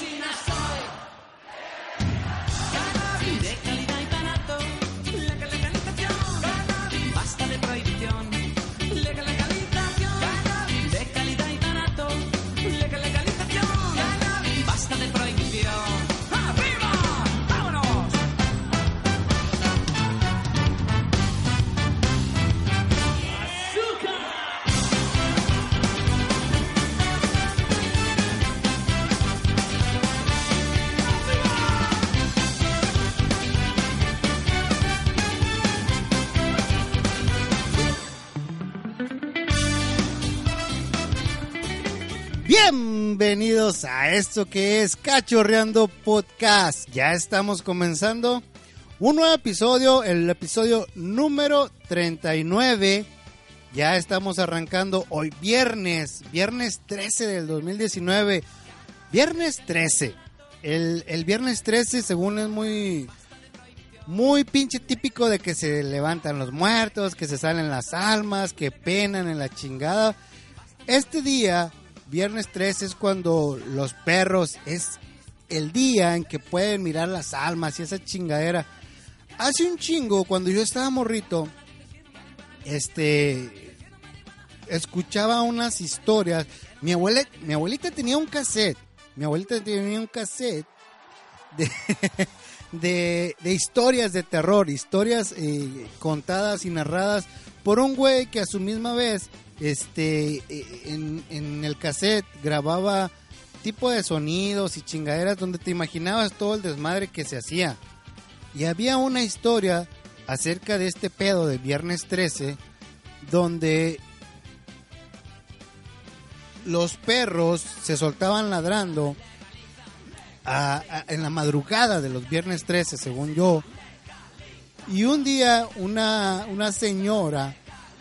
Bienvenidos a esto que es Cachorreando Podcast. Ya estamos comenzando un nuevo episodio, el episodio número 39. Ya estamos arrancando hoy viernes 13 del 2019. Viernes 13. El viernes 13 según es muy pinche típico de que se levantan los muertos, que se salen las almas, que penan en la chingada. Este día, viernes 13, es cuando los perros, es el día en que pueden mirar las almas y esa chingadera. Hace un chingo, cuando yo estaba morrito, escuchaba unas historias. Mi abuelita tenía un cassette. De historias de terror, historias contadas y narradas por un güey que a su misma vez en el cassette grababa tipo de sonidos y chingaderas donde te imaginabas todo el desmadre que se hacía. Y había una historia acerca de este pedo de viernes 13 donde los perros se soltaban ladrando en la madrugada de los viernes 13, según yo. Y un día una señora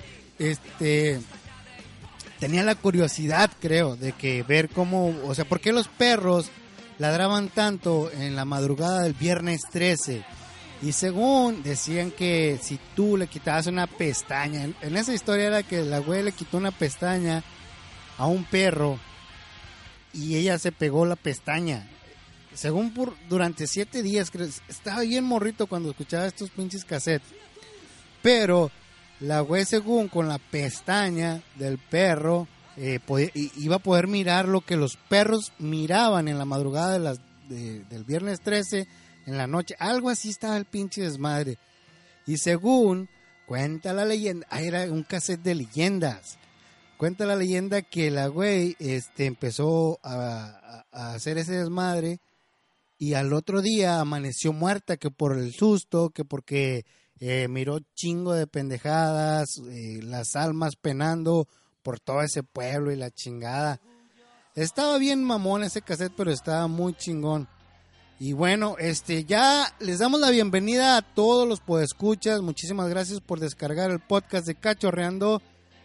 tenía la curiosidad, creo, de que ver cómo, o sea, por qué los perros ladraban tanto en la madrugada del viernes 13. Y según decían que si tú le quitabas una pestaña, en esa historia era que la güey le quitó una pestaña a un perro y ella se pegó la pestaña. Según durante 7 días, estaba bien morrito cuando escuchaba estos pinches cassettes. Pero la güey, según con la pestaña del perro, iba a poder mirar lo que los perros miraban en la madrugada del viernes 13 en la noche. Algo así estaba el pinche desmadre. Y según cuenta la leyenda, era un cassette de leyendas. Cuenta la leyenda que la güey empezó a hacer ese desmadre y al otro día amaneció muerta, que por el susto, que porque miró chingo de pendejadas, las almas penando por todo ese pueblo y la chingada. Estaba bien mamón ese cassette, pero estaba muy chingón. Y bueno, ya les damos la bienvenida a todos los podescuchas. Muchísimas gracias por descargar el podcast de Cachorreando.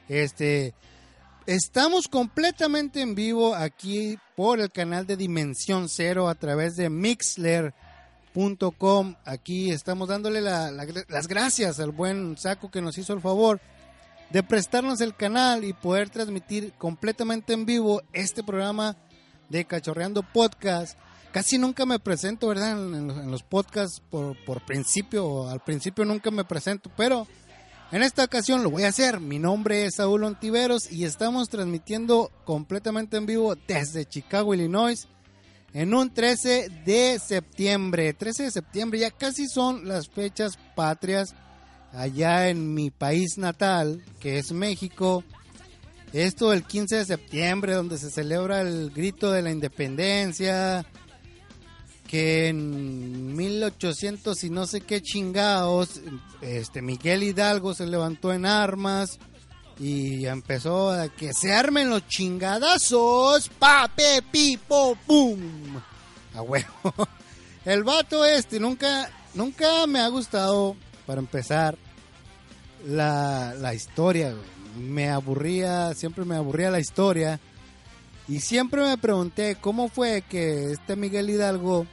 Estamos completamente en vivo aquí por el canal de Dimensión Cero a través de Mixler.com. Aquí estamos dándole las gracias al buen Saco que nos hizo el favor de prestarnos el canal y poder transmitir completamente en vivo este programa de Cachorreando Podcast. Casi nunca me presento, ¿verdad? En los podcasts por principio, al principio nunca me presento, pero en esta ocasión lo voy a hacer. Mi nombre es Saúl Ontiveros y estamos transmitiendo completamente en vivo desde Chicago, Illinois, en un 13 de septiembre. 13 de septiembre, ya casi son las fechas patrias allá en mi país natal, que es México. Esto el 15 de septiembre, donde se celebra el grito de la independencia, que en 1800 y no sé qué chingados, Miguel Hidalgo se levantó en armas y empezó a que se armen los chingadazos, pa, pe, pi, po, pum, a huevo. El vato nunca me ha gustado, para empezar, la historia, güey. Siempre me aburría la historia y siempre me pregunté cómo fue que Miguel Hidalgo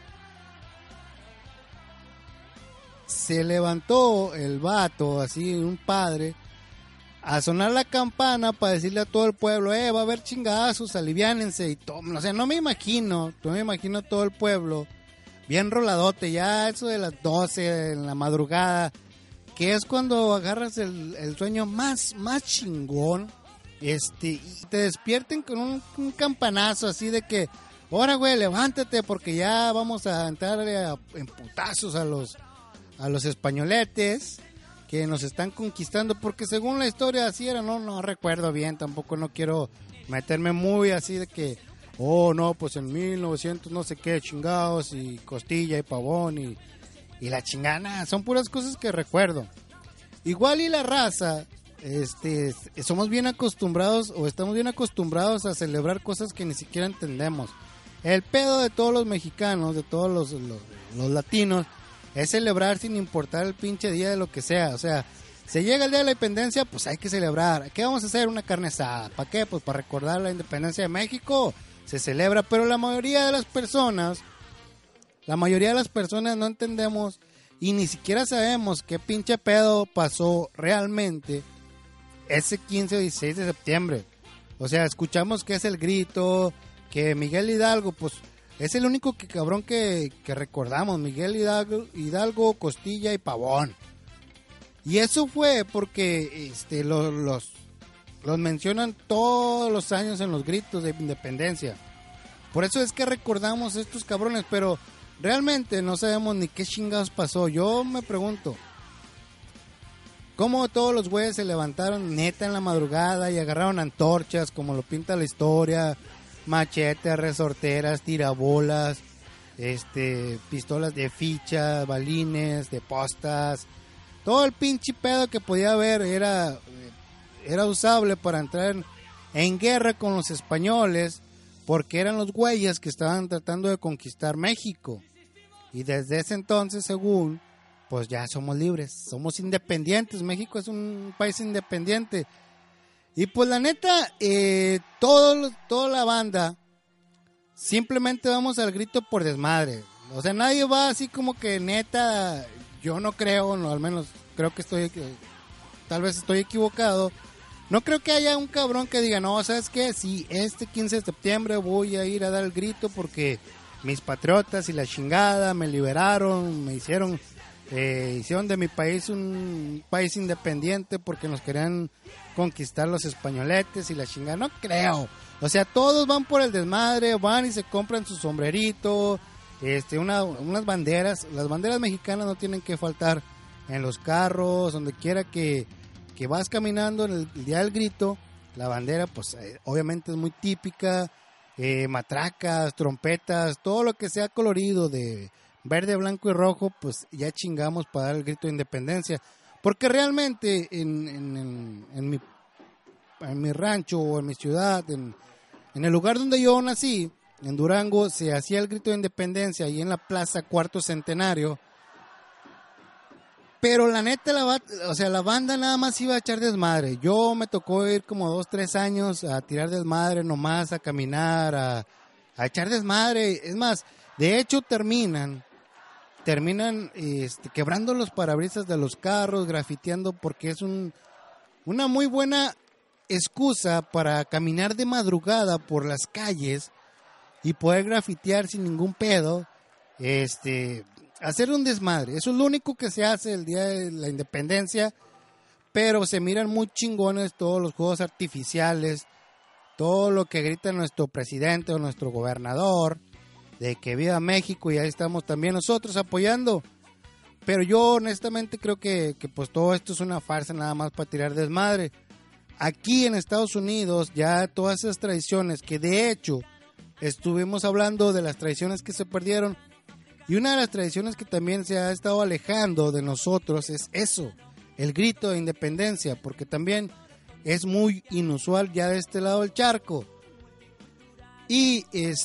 se levantó, el vato, así un padre, a sonar la campana para decirle a todo el pueblo, va a haber chingazos, aliviánense y todo. O sea, no me imagino todo el pueblo bien roladote, ya eso de las 12 en la madrugada, que es cuando agarras el sueño más chingón, y te despierten con un campanazo así de que, ahora güey, levántate porque ya vamos a entrar en putazos a los españoletes que nos están conquistando, porque según la historia así era, no recuerdo bien, tampoco no quiero meterme muy así de que, no, pues en 1900 no sé qué chingados y costilla y pavón y la chingana, son puras cosas que recuerdo. Igual y la raza, somos bien acostumbrados o estamos bien acostumbrados a celebrar cosas que ni siquiera entendemos. El pedo de todos los mexicanos, de todos los latinos, es celebrar sin importar el pinche día de lo que sea. O sea, se llega el día de la independencia, pues hay que celebrar. ¿Qué vamos a hacer? Una carne asada. ¿Para qué? Pues para recordar la independencia de México. Se celebra, pero la mayoría de las personas no entendemos y ni siquiera sabemos qué pinche pedo pasó realmente ese 15 o 16 de septiembre. O sea, escuchamos que es el grito, que Miguel Hidalgo, pues es el único cabrón que recordamos, Miguel Hidalgo, Costilla y Pavón. Y eso fue porque los mencionan todos los años en los gritos de independencia. Por eso es que recordamos a estos cabrones, pero realmente no sabemos ni qué chingados pasó. Yo me pregunto, ¿cómo todos los güeyes se levantaron neta en la madrugada y agarraron antorchas como lo pinta la historia? Machetes, resorteras, tirabolas, pistolas de ficha, balines, de postas, todo el pinche pedo que podía haber era usable para entrar en guerra con los españoles, porque eran los güeyes que estaban tratando de conquistar México. Y desde ese entonces, según, pues ya somos libres, somos independientes. México es un país independiente. Y pues la neta, toda la banda, simplemente vamos al grito por desmadre. O sea, nadie va así como que neta, yo no creo, no, al menos creo que tal vez estoy equivocado. No creo que haya un cabrón que diga, no, ¿sabes qué? Sí, este 15 de septiembre voy a ir a dar el grito porque mis patriotas y la chingada me liberaron, hicieron de mi país un país independiente porque nos querían conquistar los españoletes y la chingada. No creo. O sea, todos van por el desmadre, van y se compran su sombrerito, unas banderas. Las banderas mexicanas no tienen que faltar en los carros, donde quiera que vas caminando en el día del grito. La bandera, pues obviamente es muy típica, matracas, trompetas, todo lo que sea colorido de verde, blanco y rojo, pues ya chingamos para dar el grito de independencia. Porque realmente en mi rancho o en mi ciudad, en el lugar donde yo nací, en Durango, se hacía el grito de independencia ahí en la plaza Cuarto Centenario. Pero la neta, la banda nada más iba a echar desmadre. Yo me tocó ir como 2-3 años a tirar desmadre nomás, a caminar, a echar desmadre. Es más, de hecho terminan quebrando los parabrisas de los carros, grafiteando, porque es una muy buena excusa para caminar de madrugada por las calles y poder grafitear sin ningún pedo, hacer un desmadre. Eso es lo único que se hace el día de la independencia, pero se miran muy chingones todos los juegos artificiales, todo lo que grita nuestro presidente o nuestro gobernador, de que viva México, y ahí estamos también nosotros apoyando. Pero yo honestamente creo que pues todo esto es una farsa nada más para tirar desmadre. Aquí en Estados Unidos ya todas esas tradiciones, que de hecho estuvimos hablando de las tradiciones que se perdieron, y una de las tradiciones que también se ha estado alejando de nosotros es eso, el grito de independencia, porque también es muy inusual ya de este lado del charco. Y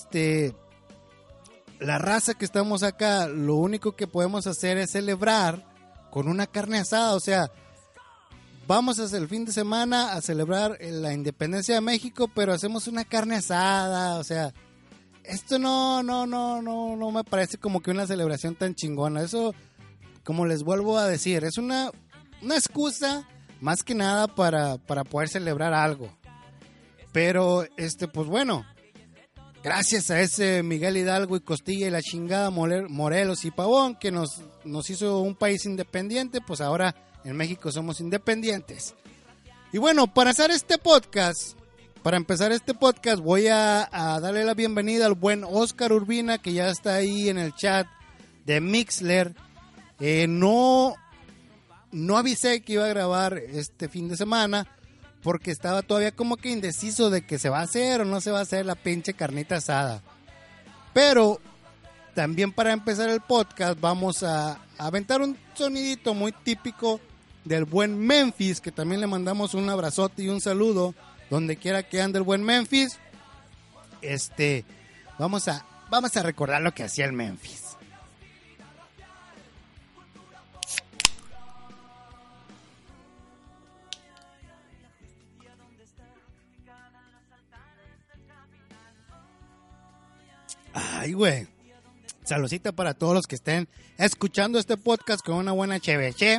la raza que estamos acá, lo único que podemos hacer es celebrar con una carne asada. O sea, vamos hacia el fin de semana a celebrar la independencia de México, pero hacemos una carne asada. O sea, esto no me parece como que una celebración tan chingona. Eso, como les vuelvo a decir, es una excusa más que nada para poder celebrar algo. Pero, pues bueno, gracias a ese Miguel Hidalgo y Costilla y la chingada Morelos y Pavón, que nos hizo un país independiente, pues ahora en México somos independientes. Y bueno, para empezar este podcast, voy a darle la bienvenida al buen Oscar Urbina, que ya está ahí en el chat de Mixler. No avisé que iba a grabar este fin de semana, porque estaba todavía como que indeciso de que se va a hacer o no se va a hacer la pinche carnita asada. Pero también para empezar el podcast vamos a aventar un sonidito muy típico del buen Memphis, que también le mandamos un abrazote y un saludo donde quiera que ande el buen Memphis. Vamos a recordar lo que hacía el Memphis. Ay, güey. Saludcita para todos los que estén escuchando este podcast con una buena cheveche.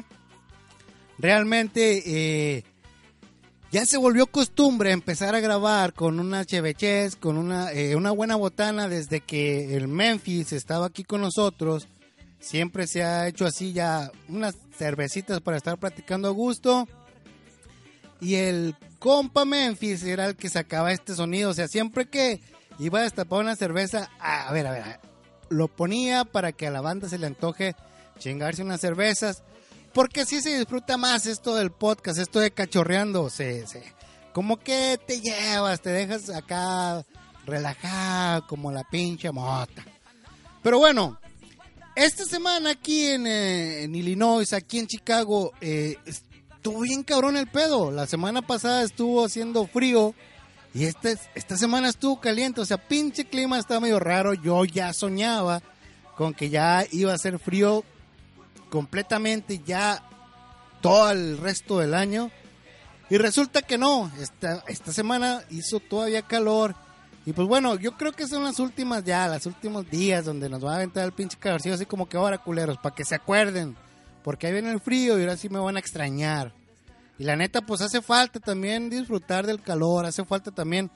Realmente ya se volvió costumbre empezar a grabar con unas cheveches, con una buena botana desde que el Memphis estaba aquí con nosotros. Siempre se ha hecho así ya unas cervecitas para estar platicando a gusto. Y el compa Memphis era el que sacaba este sonido. O sea, siempre que iba a destapar una cerveza, a ver, lo ponía para que a la banda se le antoje chingarse unas cervezas, porque así se disfruta más esto del podcast, esto de cachorreando, como que te llevas, te dejas acá relajado como la pinche mota. Pero bueno, esta semana aquí en Illinois, aquí en Chicago, estuvo bien cabrón el pedo. La semana pasada estuvo haciendo frío y esta semana estuvo caliente. O sea, pinche clima está medio raro. Yo ya soñaba con que ya iba a ser frío completamente ya todo el resto del año. Y resulta que no. Esta semana hizo todavía calor. Y pues bueno, yo creo que son los últimos días donde nos va a aventar el pinche calorcillo, así como que ahora, culeros, para que se acuerden. Porque ahí viene el frío y ahora sí me van a extrañar. Y la neta, pues hace falta también disfrutar del calor, hace falta también,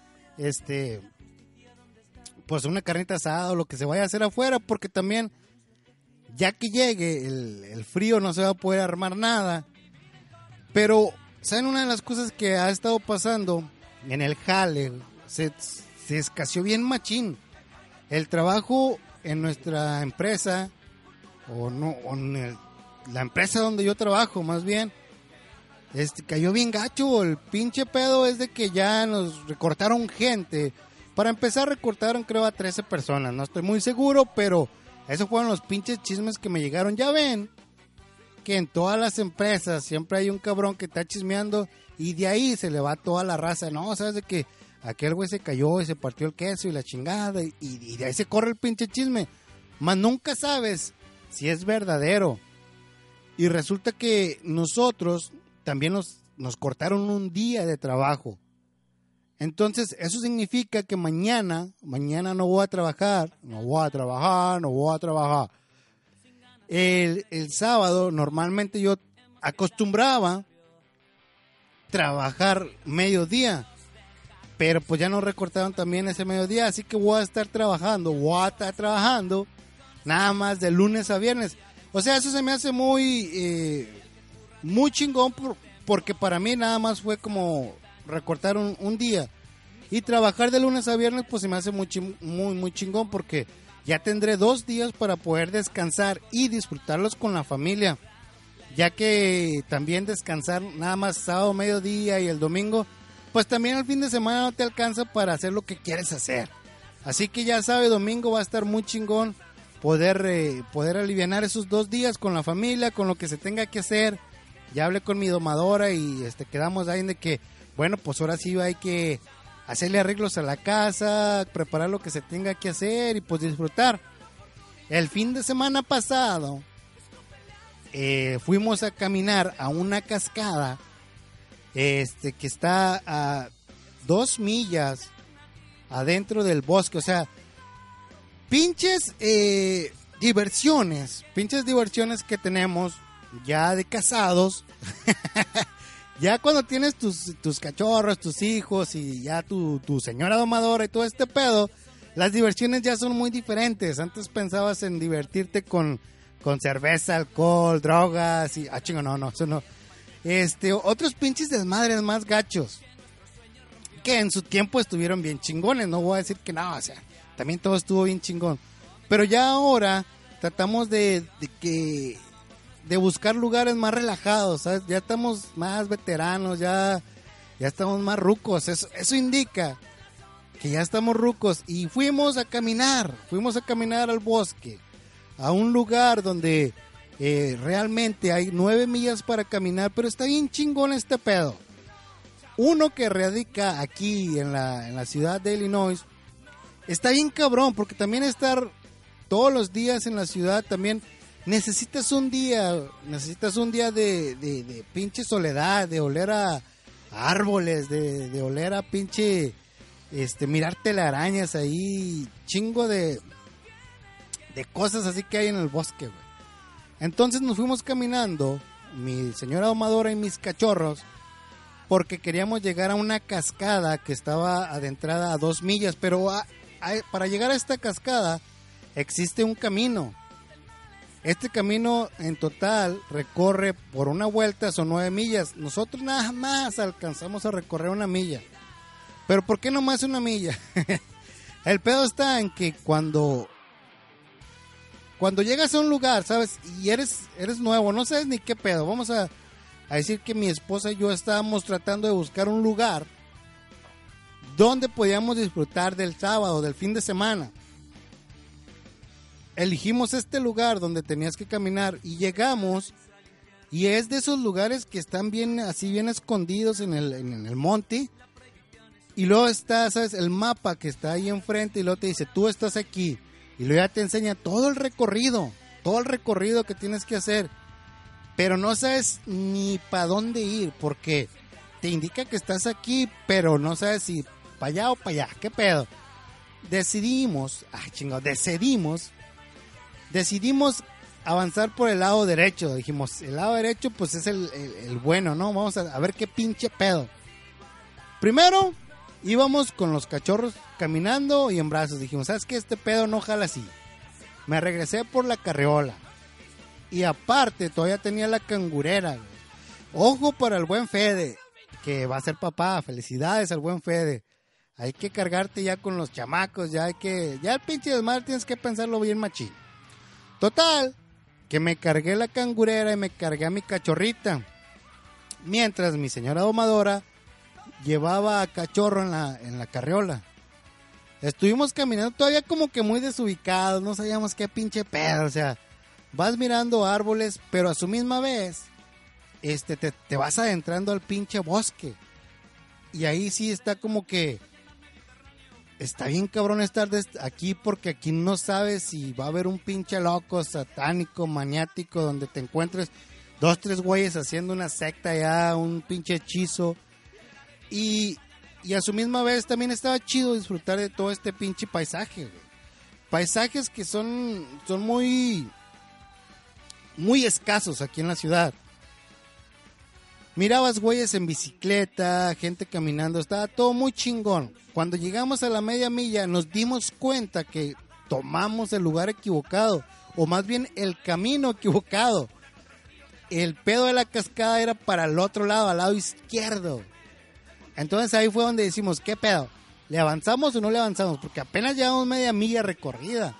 pues una carnita asada o lo que se vaya a hacer afuera, porque también, ya que llegue el frío no se va a poder armar nada. Pero, ¿saben una de las cosas que ha estado pasando en el jale? Se escaseó bien machín. El trabajo en nuestra empresa, la empresa donde yo trabajo, más bien, cayó bien gacho. El pinche pedo es de que ya nos recortaron gente. Para empezar, recortaron creo a 13 personas. No estoy muy seguro, pero esos fueron los pinches chismes que me llegaron. Ya ven que en todas las empresas siempre hay un cabrón que está chismeando y de ahí se le va toda la raza. No, sabes de que aquel güey se cayó y se partió el queso y la chingada y de ahí se corre el pinche chisme. Mas nunca sabes si es verdadero. Y resulta que nosotros también nos cortaron un día de trabajo. Entonces, eso significa que mañana no voy a trabajar. El sábado, normalmente yo acostumbraba trabajar mediodía, pero pues ya nos recortaron también ese mediodía, así que voy a estar trabajando nada más de lunes a viernes. O sea, eso se me hace muy chingón porque para mí nada más fue como recortar un día y trabajar de lunes a viernes, pues se me hace muy chingón porque ya tendré 2 días para poder descansar y disfrutarlos con la familia, ya que también descansar nada más sábado, mediodía y el domingo, pues también el fin de semana no te alcanza para hacer lo que quieres hacer. Así que ya sabe, domingo va a estar muy chingón poder alivianar esos 2 días con la familia, con lo que se tenga que hacer. Ya hablé con mi domadora y quedamos ahí de que, bueno, pues ahora sí hay que hacerle arreglos a la casa, preparar lo que se tenga que hacer y pues disfrutar. El fin de semana pasado fuimos a caminar a una cascada que está a 2 millas adentro del bosque. O sea, pinches diversiones que tenemos ya de casados Ya cuando tienes tus cachorros, tus hijos y ya tu señora domadora y todo este pedo, las diversiones ya son muy diferentes. Antes pensabas en divertirte con cerveza, alcohol, drogas y... Ah, chingo, no, eso no. Otros pinches desmadres más gachos que en su tiempo estuvieron bien chingones. No voy a decir que no, o sea, también todo estuvo bien chingón. Pero ya ahora tratamos de buscar lugares más relajados, ¿sabes? Ya estamos más veteranos, ya estamos más rucos. Eso indica que ya estamos rucos. Y fuimos a caminar al bosque, a un lugar donde realmente hay 9 millas para caminar, pero está bien chingón este pedo. Uno que radica aquí en la ciudad de Illinois, está bien cabrón, porque también estar todos los días en la ciudad también... Necesitas un día de pinche soledad, de oler a árboles, de oler a pinche, mirar telarañas ahí, chingo de cosas así que hay en el bosque, güey. Entonces nos fuimos caminando, mi señora domadora y mis cachorros, porque queríamos llegar a una cascada que estaba adentrada a 2 millas, pero para llegar a esta cascada existe un camino. Este camino en total recorre por una vuelta, son 9 millas. Nosotros nada más alcanzamos a recorrer 1 milla. ¿Pero por qué nomás 1 milla? El pedo está en que cuando llegas a un lugar, ¿sabes? Y eres nuevo, no sabes ni qué pedo. Vamos a decir que mi esposa y yo estábamos tratando de buscar un lugar donde podíamos disfrutar del sábado, del fin de semana. Elegimos este lugar donde tenías que caminar y llegamos, y es de esos lugares que están bien escondidos en el monte, y luego está, ¿sabes? El mapa que está ahí enfrente, y luego te dice, tú estás aquí, y luego ya te enseña todo el recorrido que tienes que hacer, pero no sabes ni para dónde ir, porque te indica que estás aquí, pero no sabes si para allá o para allá. ¿Qué pedo? Decidimos avanzar por el lado derecho. Dijimos, el lado derecho pues es el bueno, ¿no? Vamos a ver qué pinche pedo. Primero íbamos con los cachorros caminando y en brazos. Dijimos, ¿sabes qué? Este pedo no jala así. Me regresé por la carriola. Y aparte todavía tenía la cangurera, güey. Ojo para el buen Fede, que va a ser papá. Felicidades al buen Fede. Hay que cargarte ya con los chamacos. Ya el pinche desmadre tienes que pensarlo bien machín. Total, que me cargué la cangurera y me cargué a mi cachorrita. Mientras mi señora domadora llevaba a cachorro en la carriola. Estuvimos caminando todavía como que muy desubicados, no sabíamos qué pinche pedo, o sea, vas mirando árboles, pero a su misma vez, te vas adentrando al pinche bosque. Y ahí sí está como que... Está bien cabrón estar aquí, porque aquí no sabes si va a haber un pinche loco, satánico, maniático, donde te encuentres 2-3 güeyes haciendo una secta ya, un pinche hechizo. Y a su misma vez también estaba chido disfrutar de todo este pinche paisaje, güey. Paisajes que son muy, muy escasos aquí en la ciudad. Mirabas güeyes en bicicleta, gente caminando, estaba todo muy chingón. Cuando llegamos a la media milla nos dimos cuenta que tomamos el lugar equivocado, o más bien el camino equivocado. El pedo de la cascada era para el otro lado, al lado izquierdo. Entonces ahí fue donde decimos, ¿qué pedo? ¿Le avanzamos o no le avanzamos? Porque apenas llevamos media milla recorrida.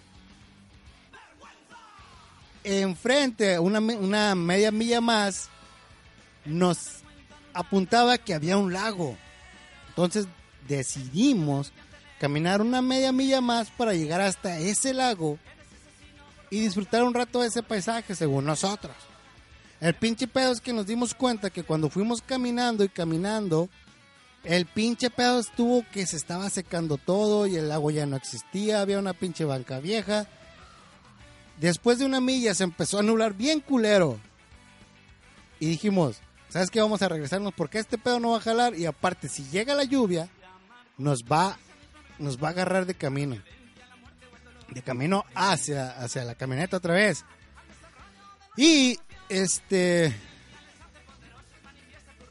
Enfrente, una media milla más, nos apuntaba que había un lago. Entonces decidimos caminar una media milla más para llegar hasta ese lago y disfrutar un rato de ese paisaje, según nosotros. El pinche pedo es que nos dimos cuenta que cuando fuimos caminando y caminando, el pinche pedo estuvo que se estaba secando todo y el lago ya no existía, había una pinche banca vieja. Después de una milla se empezó a nublar bien culero. Y dijimos, ¿sabes qué? Vamos a regresarnos porque este pedo no va a jalar. Y aparte, si llega la lluvia, nos va a agarrar de camino. De camino hacia la camioneta otra vez. Y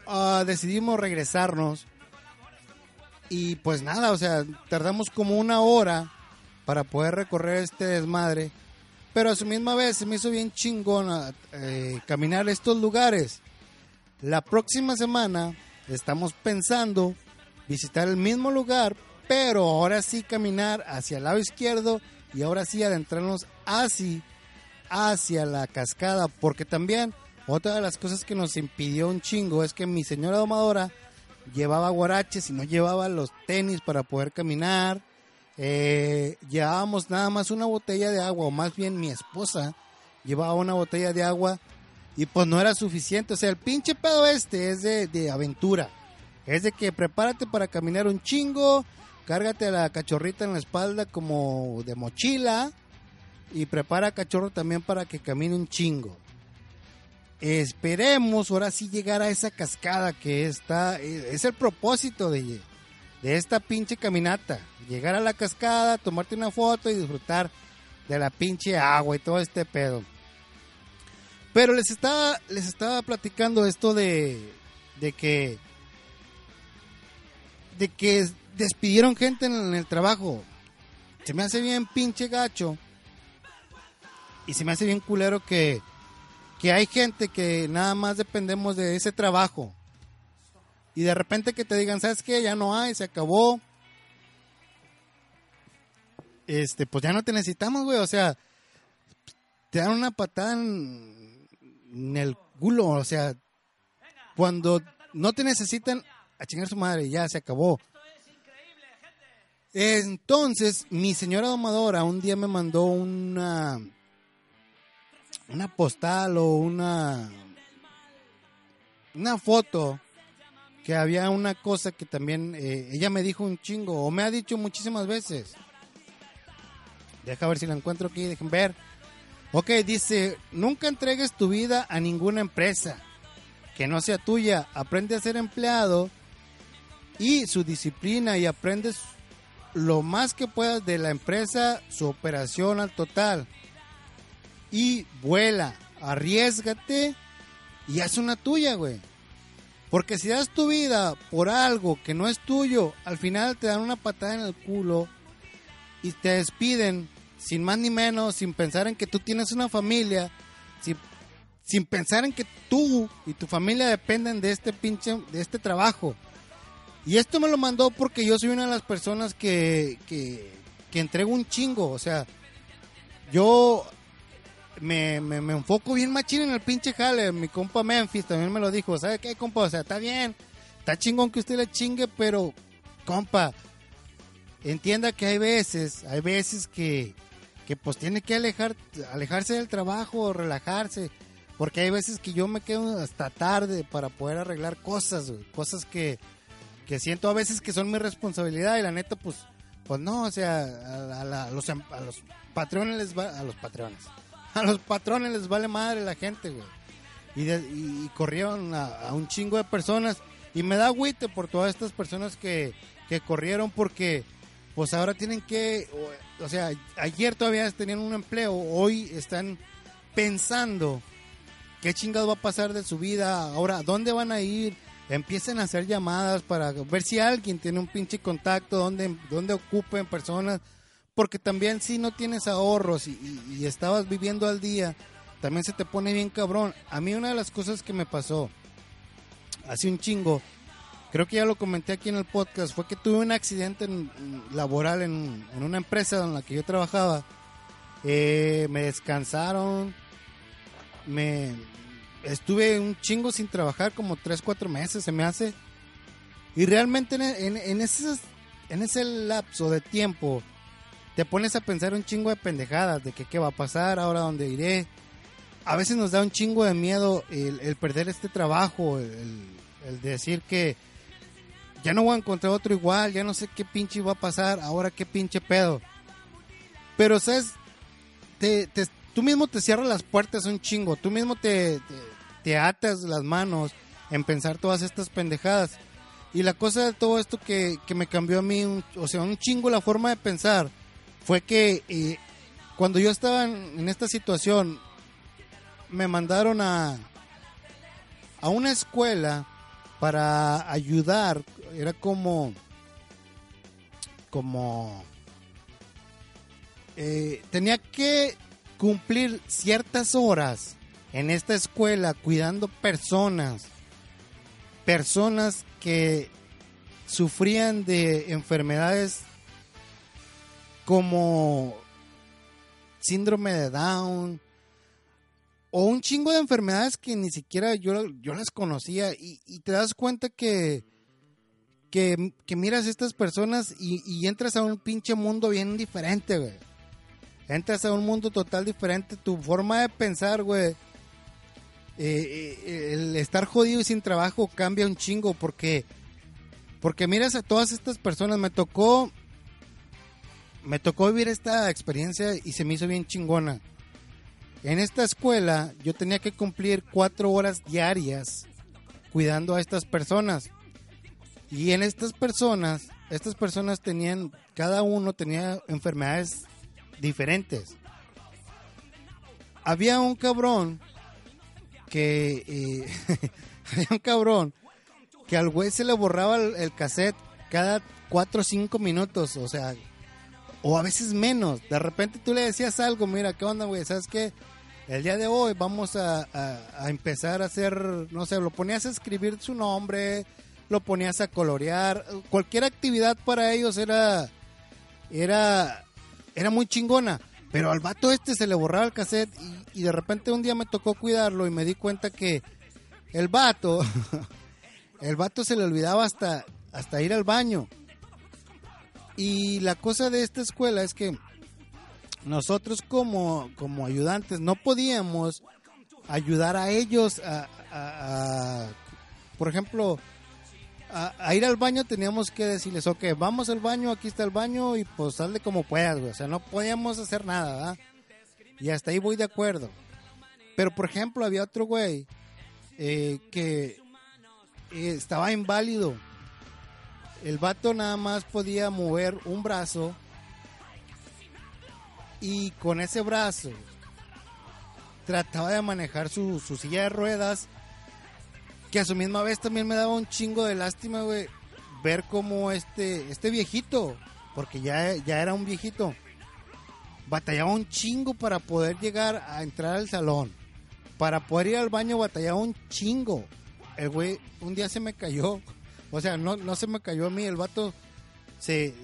decidimos regresarnos. Y pues nada, o sea, tardamos como 1 hora para poder recorrer este desmadre. Pero a su misma vez se me hizo bien chingón caminar estos lugares. La próxima semana estamos pensando visitar el mismo lugar, pero ahora sí caminar hacia el lado izquierdo y ahora sí adentrarnos hacia la cascada. Porque también otra de las cosas que nos impidió un chingo es que mi señora domadora llevaba guaraches y no llevaba los tenis para poder caminar. Llevábamos nada más una botella de agua, o más bien mi esposa llevaba una botella de agua y pues no era suficiente. O sea, el pinche pedo es de aventura. Es de que prepárate para caminar un chingo, cárgate a la cachorrita en la espalda como de mochila y prepara a cachorro también para que camine un chingo. Esperemos ahora sí llegar a esa cascada que es el propósito de esta pinche caminata. Llegar a la cascada, tomarte una foto y disfrutar de la pinche agua y todo este pedo. Pero les estaba platicando esto de que despidieron gente en el trabajo. Se me hace bien pinche gacho y se me hace bien culero que hay gente que nada más dependemos de ese trabajo. Y de repente que te digan, ¿sabes qué? Ya no hay, se acabó. Pues ya no te necesitamos, güey. O sea, te dan una patada en el culo. O sea, cuando no te necesitan, a chingar su madre, ya se acabó. Entonces, mi señora domadora un día me mandó una postal o una foto que había una cosa que también ella me dijo un chingo, o me ha dicho muchísimas veces. Deja ver si la encuentro aquí, dejen ver. Ok, dice, nunca entregues tu vida a ninguna empresa que no sea tuya. Aprende a ser empleado y su disciplina y aprendes lo más que puedas de la empresa, su operación al total. Y vuela, arriésgate y haz una tuya, güey. Porque si das tu vida por algo que no es tuyo, al final te dan una patada en el culo y te despiden sin más ni menos, sin pensar en que tú tienes una familia, sin pensar en que tú y tu familia dependen de este trabajo. Y esto me lo mandó porque yo soy una de las personas que entrego un chingo. O sea, yo me enfoco bien machín en el pinche jale. Mi compa Memphis también me lo dijo. ¿Sabe qué, compa? O sea, está bien, está chingón que usted le chingue, pero, compa, entienda que hay veces que pues tiene que alejarse del trabajo, relajarse. Porque hay veces que yo me quedo hasta tarde para poder arreglar cosas, güey. Cosas que siento a veces que son mi responsabilidad y la neta, pues no, o sea, a los patrones a los patrones les vale madre la gente, güey. Y corrieron a un chingo de personas y me da agüite por todas estas personas que corrieron porque pues ahora tienen que, o sea, ayer todavía tenían un empleo, hoy están pensando qué chingado va a pasar de su vida, ahora dónde van a ir. Empiecen a hacer llamadas para ver si alguien tiene un pinche contacto donde ocupen personas, porque también si no tienes ahorros y estabas viviendo al día, también se te pone bien cabrón. A mí una de las cosas que me pasó hace un chingo, creo que ya lo comenté aquí en el podcast, fue que tuve un accidente laboral en una empresa en la que yo trabajaba. Me descansaron, estuve un chingo sin trabajar, como 3-4 meses se me hace. Y realmente en ese lapso de tiempo te pones a pensar un chingo de pendejadas, de que qué va a pasar, ahora dónde iré. A veces nos da un chingo de miedo el perder este trabajo, el decir que ya no voy a encontrar otro igual, ya no sé qué pinche va a pasar, ahora qué pinche pedo. Pero sabes, tú mismo te cierras las puertas un chingo, tú mismo te atas las manos en pensar todas estas pendejadas. Y la cosa de todo esto que me cambió a mí, un chingo la forma de pensar, fue que cuando yo estaba en esta situación, me mandaron a una escuela para ayudar, era como tenía que cumplir ciertas horas en esta escuela cuidando personas que sufrían de enfermedades como síndrome de Down o un chingo de enfermedades que ni siquiera yo las conocía, y te das cuenta que miras a estas personas y entras a un pinche mundo bien diferente, güey. Entras a un mundo total diferente. Tu forma de pensar, güey, el estar jodido y sin trabajo cambia un chingo, porque miras a todas estas personas. Me tocó vivir esta experiencia y se me hizo bien chingona. En esta escuela yo tenía que cumplir 4 horas diarias cuidando a estas personas. Y en estas personas tenían, cada uno tenía enfermedades diferentes. Había un cabrón que al güey se le borraba el cassette cada 4 o 5 minutos, o sea, o a veces menos. De repente tú le decías algo, mira, ¿qué onda, güey? ¿Sabes qué? El día de hoy vamos a empezar a hacer, no sé, lo ponías a escribir su nombre, lo ponías a colorear, cualquier actividad para ellos era muy chingona. Pero al vato se le borraba el cassette y de repente un día me tocó cuidarlo y me di cuenta que el vato se le olvidaba hasta ir al baño. Y la cosa de esta escuela es que nosotros como ayudantes no podíamos ayudar a ellos por ejemplo, a ir al baño. Teníamos que decirles, ok, vamos al baño, aquí está el baño y pues sal de como puedas, güey. O sea, no podíamos hacer nada, ¿verdad? Y hasta ahí voy de acuerdo. Pero por ejemplo, había otro güey que estaba inválido. El vato nada más podía mover un brazo y con ese brazo trataba de manejar su silla de ruedas, que a su misma vez también me daba un chingo de lástima, güey, ver cómo este viejito, porque ya era un viejito, batallaba un chingo para poder llegar a entrar al salón. Para poder ir al baño batallaba un chingo. El güey un día se me cayó. O sea, no se me cayó a mí. El vato se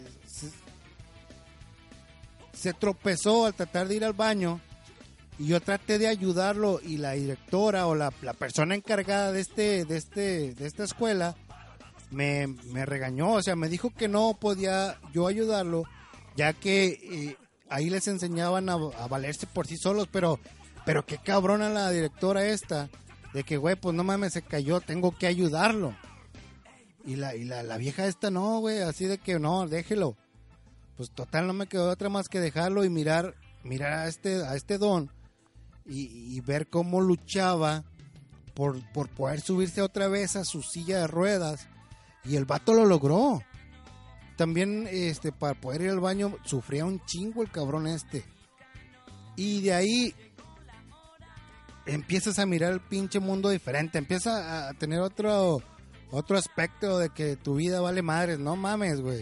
tropezó al tratar de ir al baño. Y yo traté de ayudarlo. Y la directora o la persona encargada de esta escuela me regañó. O sea, me dijo que no podía yo ayudarlo, ya que ahí les enseñaban a valerse por sí solos. Pero qué cabrona la directora esta, de que, güey, pues no mames, se cayó, tengo que ayudarlo. Y la vieja esta no, güey, así de que no, déjelo. Pues total, no me quedó otra más que dejarlo y mirar a este don y ver cómo luchaba por poder subirse otra vez a su silla de ruedas. Y el vato lo logró. También para poder ir al baño sufría un chingo el cabrón este. Y de ahí empiezas a mirar el pinche mundo diferente, empiezas a tener otro aspecto de que tu vida vale madres. No mames, güey.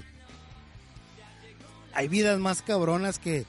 Hay vidas más cabronas que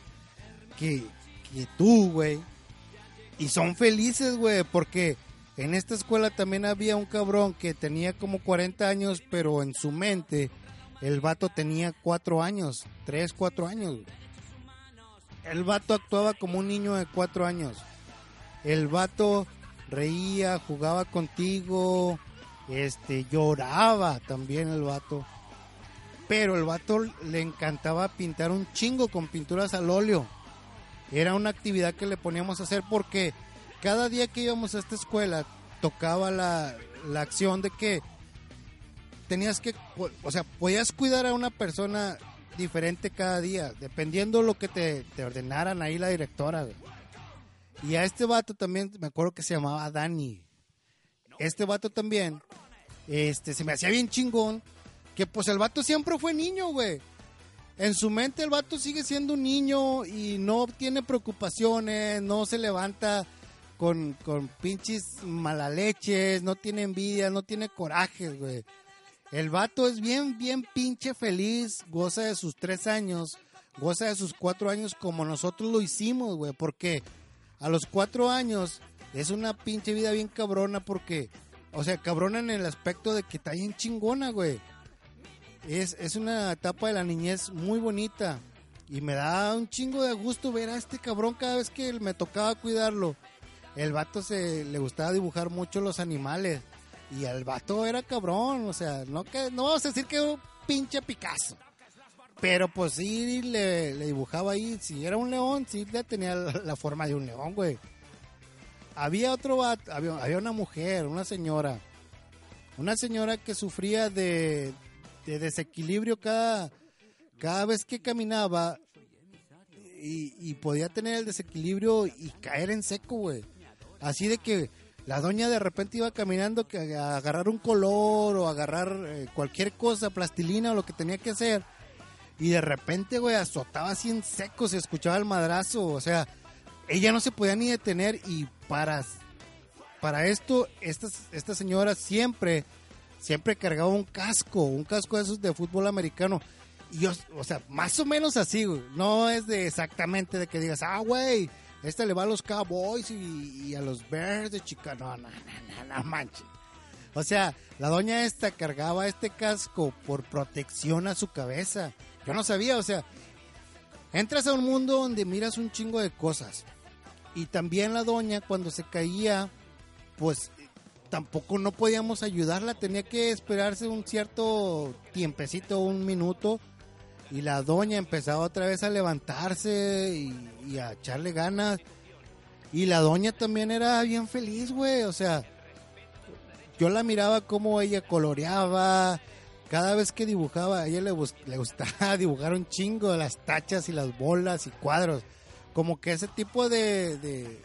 tú, güey. Y son felices, güey, porque en esta escuela también había un cabrón que tenía como 40 años, pero en su mente el vato tenía 4 años, 3, 4 años. El vato actuaba como un niño de 4 años. El vato reía, jugaba contigo, lloraba también el vato. Pero el vato le encantaba pintar un chingo con pinturas al óleo. Era una actividad que le poníamos a hacer porque cada día que íbamos a esta escuela tocaba la acción de que tenías que, o sea, podías cuidar a una persona diferente cada día, dependiendo lo que te ordenaran ahí la directora, güey. Y a este vato también, me acuerdo que se llamaba Dani. Este vato también, se me hacía bien chingón, que pues el vato siempre fue niño, güey. En su mente el vato sigue siendo un niño y no tiene preocupaciones, no se levanta con pinches malaleches, no tiene envidia, no tiene corajes, güey. El vato es bien pinche feliz, goza de sus 3 años, goza de sus 4 años como nosotros lo hicimos, güey, porque a los 4 años es una pinche vida bien cabrona porque, o sea, cabrona en el aspecto de que está bien chingona, güey. Es una etapa de la niñez muy bonita y me da un chingo de gusto ver a este cabrón cada vez que me tocaba cuidarlo. El vato le gustaba dibujar mucho los animales y el vato era cabrón, o sea, no vamos a decir que era un pinche Picasso, pero pues sí le dibujaba ahí, si era un león, sí le tenía la forma de un león, güey. Había otro vato, había una mujer, una señora que sufría de desequilibrio cada vez que caminaba y podía tener el desequilibrio y caer en seco, güey. Así de que la doña de repente iba caminando a agarrar un color o agarrar cualquier cosa, plastilina o lo que tenía que hacer, y de repente, güey, azotaba así en seco, se escuchaba el madrazo, o sea, ella no se podía ni detener y para esto, esta señora siempre cargaba un casco de esos de fútbol americano. Y yo, o sea, más o menos así, güey. No es de exactamente de que digas, güey, le va a los Cowboys y a los Bears de Chicago. No manches. O sea, la doña esta cargaba este casco por protección a su cabeza. Yo no sabía, o sea, entras a un mundo donde miras un chingo de cosas. Y también la doña, cuando se caía, pues tampoco no podíamos ayudarla, tenía que esperarse un cierto tiempecito, un minuto, y la doña empezaba otra vez a levantarse y a echarle ganas, y la doña también era bien feliz, güey, o sea, yo la miraba como ella coloreaba, cada vez que dibujaba, a ella le gustaba dibujar un chingo de las tachas y las bolas y cuadros, como que ese tipo de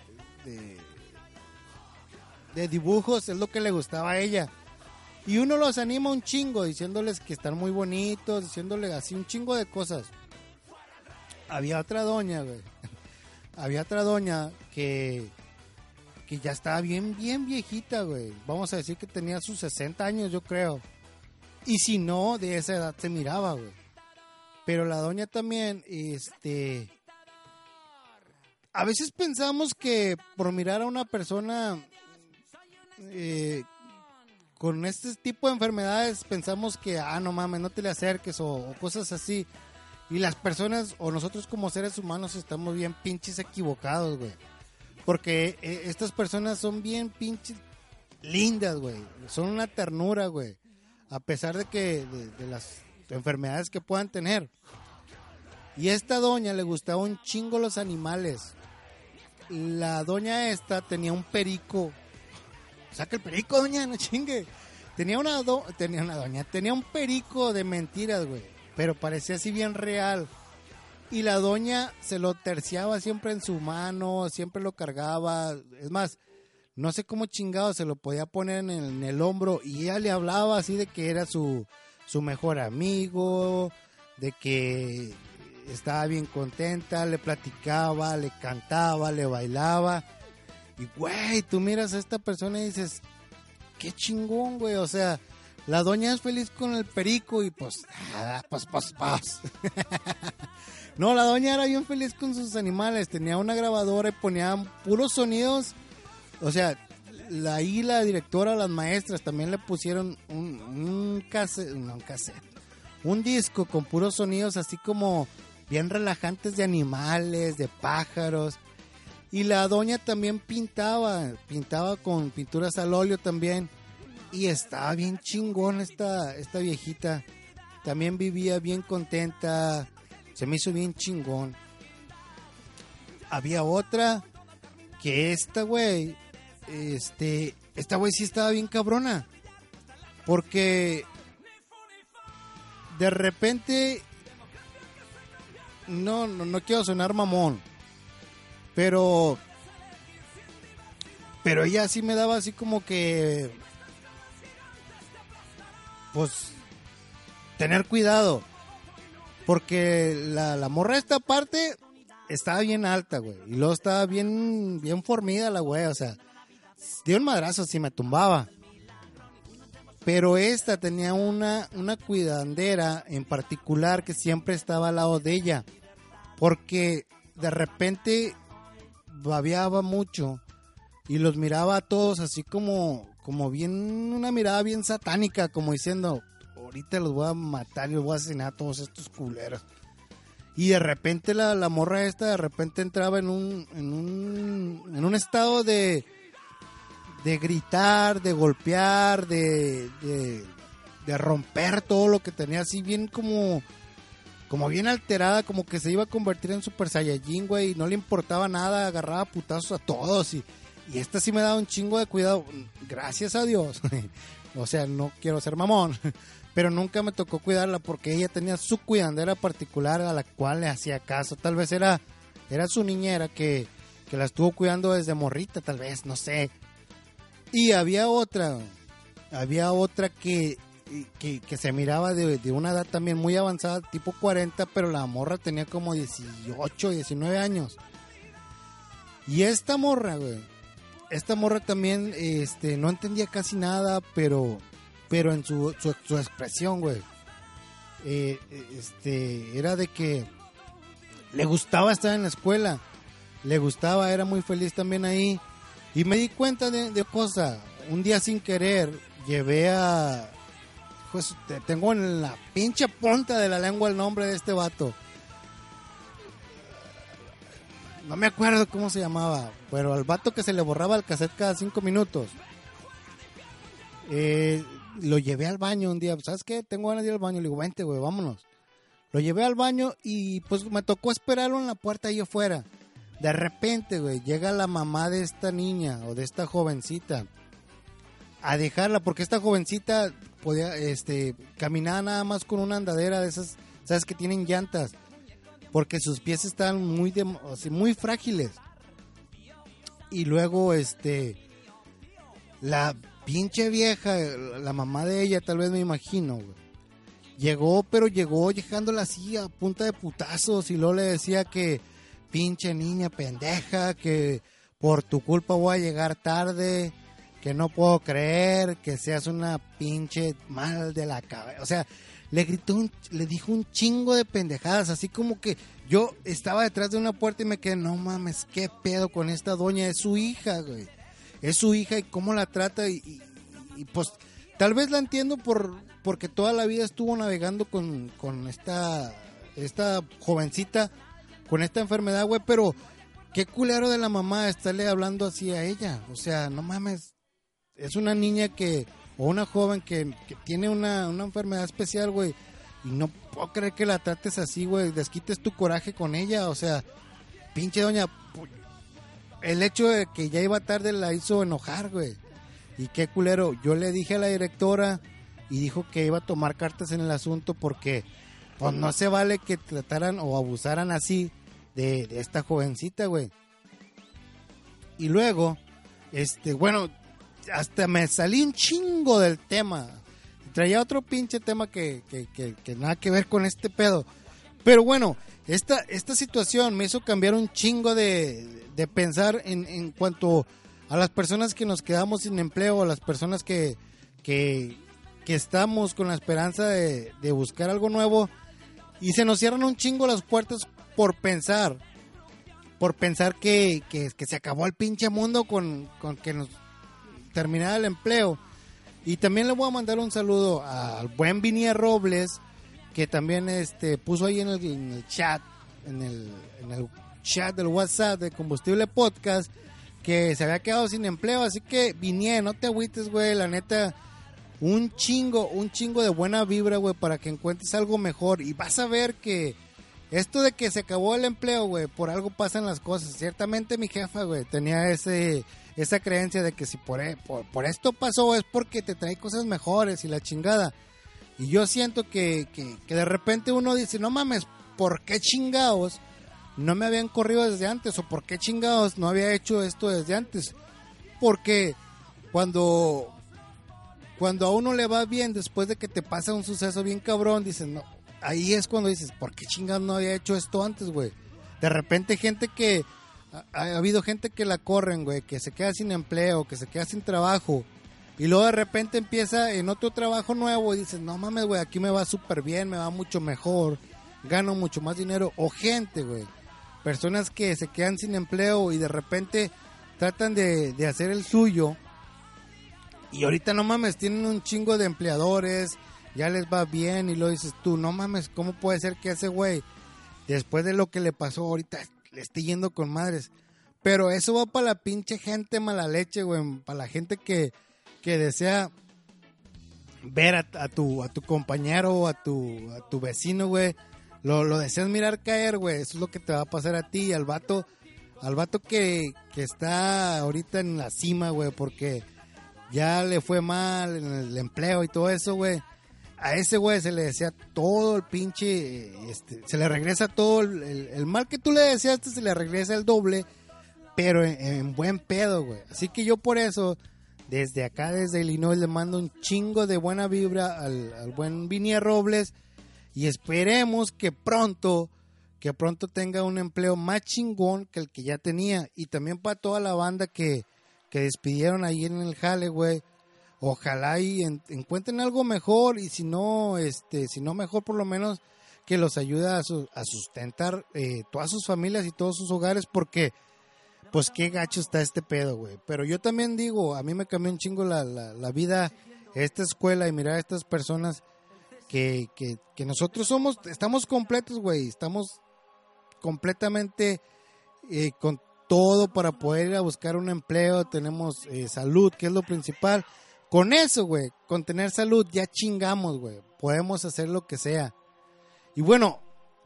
dibujos es lo que le gustaba a ella. Y uno los anima un chingo, diciéndoles que están muy bonitos, diciéndoles así un chingo de cosas. Había otra doña, güey. Había otra doña que ya estaba bien viejita, güey. Vamos a decir que tenía sus 60 años, yo creo. Y si no, de esa edad se miraba, güey. Pero la doña también, a veces pensamos que por mirar a una persona con este tipo de enfermedades pensamos que no mames, no te le acerques o cosas así, y las personas o nosotros como seres humanos estamos bien pinches equivocados, güey, porque estas personas son bien pinches lindas, güey, son una ternura, güey, a pesar de que de las enfermedades que puedan tener. Y a esta doña le gustaba un chingo los animales. La doña esta tenía un perico. Saca el perico, doña, no chingue. Tenía un perico de mentiras, güey. Pero parecía así bien real. Y la doña se lo terciaba siempre en su mano, siempre lo cargaba. Es más, no sé cómo chingado se lo podía poner en el hombro. Y ella le hablaba así de que era su mejor amigo, de que estaba bien contenta, le platicaba, le cantaba, le bailaba. Y, güey, tú miras a esta persona y dices, qué chingón, güey. O sea, la doña es feliz con el perico y pues. No, la doña era bien feliz con sus animales. Tenía una grabadora y ponía puros sonidos. O sea, la directora, las maestras también le pusieron un cassette, un disco con puros sonidos así como bien relajantes de animales, de pájaros. Y la doña también pintaba con pinturas al óleo también. Y estaba bien chingón esta viejita. También vivía bien contenta. Se me hizo bien chingón. Había otra que esta güey sí estaba bien cabrona. Porque de repente no quiero sonar mamón. Pero ella sí me daba así como que, pues, tener cuidado. Porque la morra esta parte estaba bien alta, güey. Y luego estaba bien formida la güey, o sea, dio un madrazo si me tumbaba. Pero esta tenía una cuidandera en particular que siempre estaba al lado de ella. Porque de repente babeaba mucho y los miraba a todos así como bien, una mirada bien satánica, como diciendo, ahorita los voy a matar y los voy a asesinar a todos estos culeros. Y de repente la morra esta de repente entraba en un estado de gritar, de golpear, de romper todo lo que tenía, así bien como bien alterada, como que se iba a convertir en Super Saiyajin, güey, y no le importaba nada, agarraba putazos a todos, y esta sí me daba un chingo de cuidado, gracias a Dios. O sea, no quiero ser mamón, pero nunca me tocó cuidarla porque ella tenía su cuidandera particular a la cual le hacía caso. Tal vez era su niñera que la estuvo cuidando desde morrita, tal vez, no sé. Y había otra que se miraba de una edad también muy avanzada, tipo 40, pero la morra tenía como 18, 19 años. Y esta morra, güey, también no entendía casi nada, pero en su expresión, güey, era de que le gustaba estar en la escuela, era muy feliz también ahí. Y me di cuenta de cosa, un día sin querer llevé a... Pues tengo en la pinche punta de la lengua el nombre de este vato. No me acuerdo cómo se llamaba, pero al vato que se le borraba el cassette cada 5 minutos. Lo llevé al baño un día, ¿sabes qué? Tengo ganas de ir al baño, le digo, vente, güey, vámonos. Lo llevé al baño y pues me tocó esperarlo en la puerta ahí afuera. De repente, güey, llega la mamá de esta niña o de esta jovencita a dejarla, porque esta jovencita podía, caminaba nada más con una andadera de esas, ¿sabes? Que tienen llantas, porque sus pies estaban muy frágiles. Y luego, la pinche vieja, la mamá de ella, tal vez me imagino, güey, llegó dejándola así a punta de putazos y luego le decía que pinche niña pendeja, que por tu culpa voy a llegar tarde, que no puedo creer que seas una pinche mal de la cabeza. O sea, le dijo un chingo de pendejadas, así como que yo estaba detrás de una puerta y me quedé, no mames, qué pedo con esta doña, es su hija, güey. Es su hija y cómo la trata y pues tal vez la entiendo porque toda la vida estuvo navegando con esta jovencita, con esta enfermedad, güey, pero qué culero de la mamá estarle hablando así a ella. O sea, no mames, es una niña o una joven que tiene una enfermedad especial, güey, y no puedo creer que la trates así, güey, desquites tu coraje con ella. O sea, pinche doña, el hecho de que ya iba tarde la hizo enojar, güey. Y qué culero, yo le dije a la directora y dijo que iba a tomar cartas en el asunto porque pues no se vale que trataran o abusaran así de esta jovencita, güey. Y luego, bueno, hasta me salí un chingo del tema. Traía otro pinche tema que nada que ver con este pedo. Pero bueno, esta situación me hizo cambiar un chingo de pensar en cuanto a las personas que nos quedamos sin empleo, a las personas que estamos con la esperanza de buscar algo nuevo y se nos cierran un chingo las puertas por pensar que se acabó el pinche mundo con que nos terminara el empleo. Y también le voy a mandar un saludo al buen Vinier Robles, que también puso ahí en el chat, en el chat del WhatsApp de Combustible Podcast, que se había quedado sin empleo. Así que Vinier, no te agüites, güey, la neta, un chingo de buena vibra, güey, para que encuentres algo mejor. Y vas a ver que esto de que se acabó el empleo, güey, por algo pasan las cosas. Ciertamente mi jefa, güey, tenía esa creencia de que si por esto pasó es porque te trae cosas mejores y la chingada. Y yo siento que de repente uno dice, no mames, ¿por qué chingados no me habían corrido desde antes? ¿O por qué chingados no había hecho esto desde antes? Porque cuando a uno le va bien después de que te pasa un suceso bien cabrón, dices, no, ahí es cuando dices, ¿por qué chingados no había hecho esto antes, güey? De repente gente que, ha habido gente que la corren, güey, que se queda sin empleo, que se queda sin trabajo, y luego de repente empieza en otro trabajo nuevo y dices, no mames, güey, aquí me va súper bien, me va mucho mejor, gano mucho más dinero. O gente, güey, personas que se quedan sin empleo y de repente tratan de hacer el suyo, y ahorita no mames, tienen un chingo de empleadores, ya les va bien, y luego dices tú, no mames, ¿cómo puede ser que ese güey, después de lo que le pasó ahorita, le esté yendo con madres? Pero eso va para la pinche gente mala leche, güey, para la gente que desea ver a tu compañero, a tu vecino, güey, lo deseas mirar caer, güey. Eso es lo que te va a pasar a ti, al vato que está ahorita en la cima, güey, porque ya le fue mal en el empleo y todo eso, güey. A ese güey se le desea todo el pinche, se le regresa todo el mal que tú le deseaste, se le regresa el doble, pero en buen pedo, güey. Así que yo por eso, desde acá, desde Illinois, le mando un chingo de buena vibra al buen Vinier Robles, y esperemos que pronto tenga un empleo más chingón que el que ya tenía. Y también para toda la banda que despidieron ahí en el jale, güey. Ojalá y encuentren algo mejor, y si no mejor, por lo menos que los ayude a sustentar todas sus familias y todos sus hogares, porque pues qué gacho está este pedo, güey. Pero yo también digo, a mí me cambió un chingo la vida esta escuela, y mirar a estas personas que nosotros estamos completos, güey, estamos completamente con todo para poder ir a buscar un empleo, tenemos salud, que es lo principal. Con eso, güey, con tener salud ya chingamos, güey, podemos hacer lo que sea. Y bueno,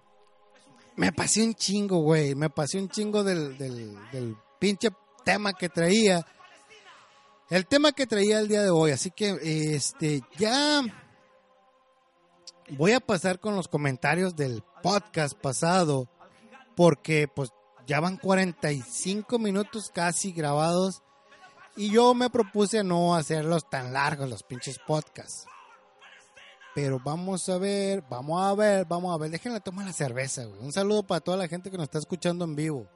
me pasé un chingo, güey, del pinche tema que traía. El tema que traía el día de hoy, así que ya voy a pasar con los comentarios del podcast pasado, porque pues ya van 45 minutos casi grabados, y yo me propuse no hacerlos tan largos los pinches podcasts. Pero vamos a ver, déjenle tomar la cerveza, güey. Un saludo para toda la gente que nos está escuchando en vivo.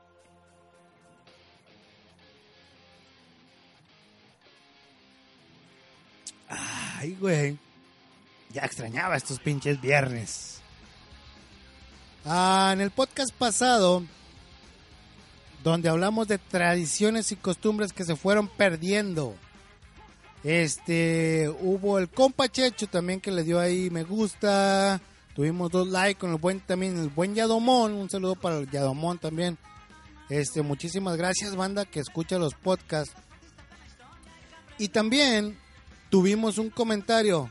Ay, güey, ya extrañaba estos pinches viernes. En el podcast pasado, donde hablamos de tradiciones y costumbres que se fueron perdiendo, hubo el compa Checho también que le dio ahí me gusta, tuvimos 2 likes con el buen Yadomón, un saludo para el Yadomón también. Muchísimas gracias, banda que escucha los podcasts. Y también tuvimos un comentario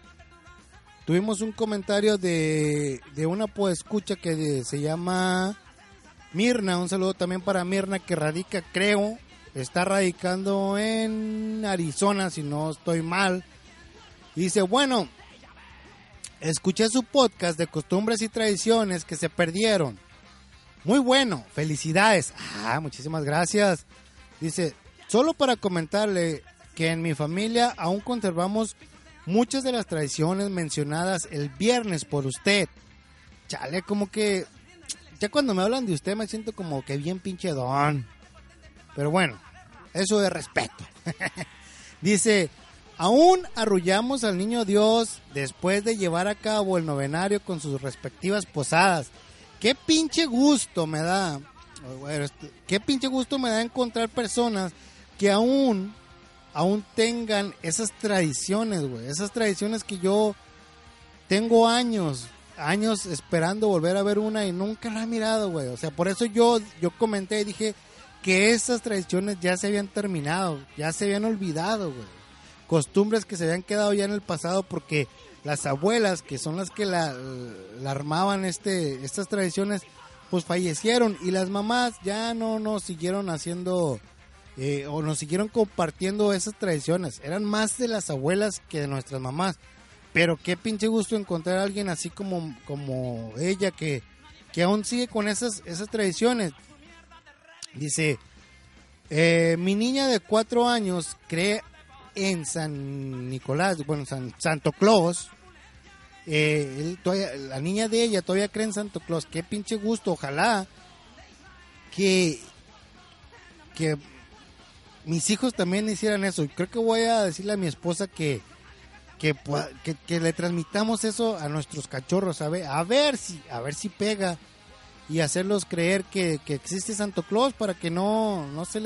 de una podescucha que se llama Mirna. Un saludo también para Mirna, que está radicando en Arizona, si no estoy mal. Dice, bueno, escuché su podcast de costumbres y tradiciones que se perdieron. Muy bueno, felicidades. Muchísimas gracias. Dice, solo para comentarle que en mi familia aún conservamos muchas de las tradiciones mencionadas el viernes por usted. Chale, como que ya cuando me hablan de usted me siento como que bien pinche don. Pero bueno, eso de respeto. Dice, aún arrullamos al niño Dios después de llevar a cabo el novenario con sus respectivas posadas. Qué pinche gusto me da. Qué pinche gusto me da encontrar personas que aún tengan esas tradiciones, güey. Esas tradiciones que yo tengo años esperando volver a ver una y nunca la he mirado, güey. O sea, por eso yo comenté y dije que esas tradiciones ya se habían terminado, ya se habían olvidado, güey. Costumbres que se habían quedado ya en el pasado, porque las abuelas, que son las que la armaban estas tradiciones, pues fallecieron, y las mamás ya no siguieron haciendo o nos siguieron compartiendo esas tradiciones. Eran más de las abuelas que de nuestras mamás. Pero qué pinche gusto encontrar a alguien así como ella, que aún sigue con esas tradiciones. Dice, mi niña de 4 años cree en San Nicolás, bueno, Santo Claus. La niña de ella todavía cree en Santo Claus. Qué pinche gusto, ojalá que mis hijos también hicieran eso. Y creo que voy a decirle a mi esposa que le transmitamos eso a nuestros cachorros, a ver si pega, y hacerlos creer que existe Santo Claus para que no se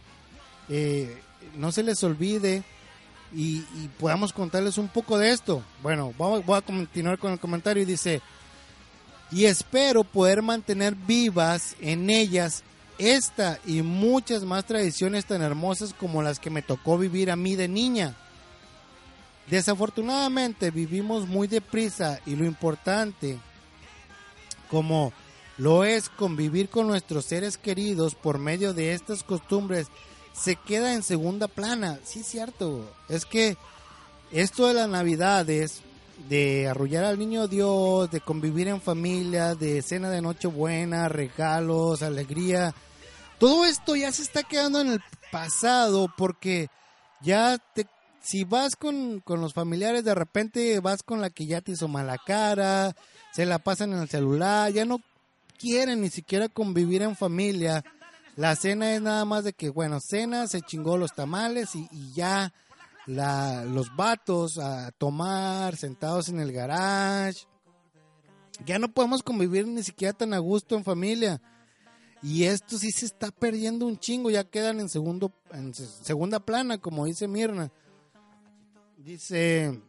les olvide y podamos contarles un poco de esto. Bueno, voy a continuar con el comentario y dice: y espero poder mantener vivas en ellas esta y muchas más tradiciones tan hermosas como las que me tocó vivir a mí de niña. Desafortunadamente vivimos muy deprisa y lo importante, como lo es convivir con nuestros seres queridos por medio de estas costumbres, se queda en segunda plana. Sí, es cierto. Es que esto de las Navidades, de arrullar al niño Dios, de convivir en familia, de cena de Nochebuena, regalos, alegría, todo esto ya se está quedando en el pasado, porque ya si vas con los familiares, de repente vas con la que ya te hizo mala cara, se la pasan en el celular, ya no quieren ni siquiera convivir en familia. La cena es nada más de que, bueno, cena, se chingó los tamales y ya los vatos a tomar sentados en el garage. Ya no podemos convivir ni siquiera tan a gusto en familia. Y esto sí se está perdiendo un chingo, ya quedan en segunda plana, como dice Mirna. Dice,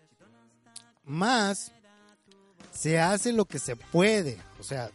más se hace lo que se puede, o sea,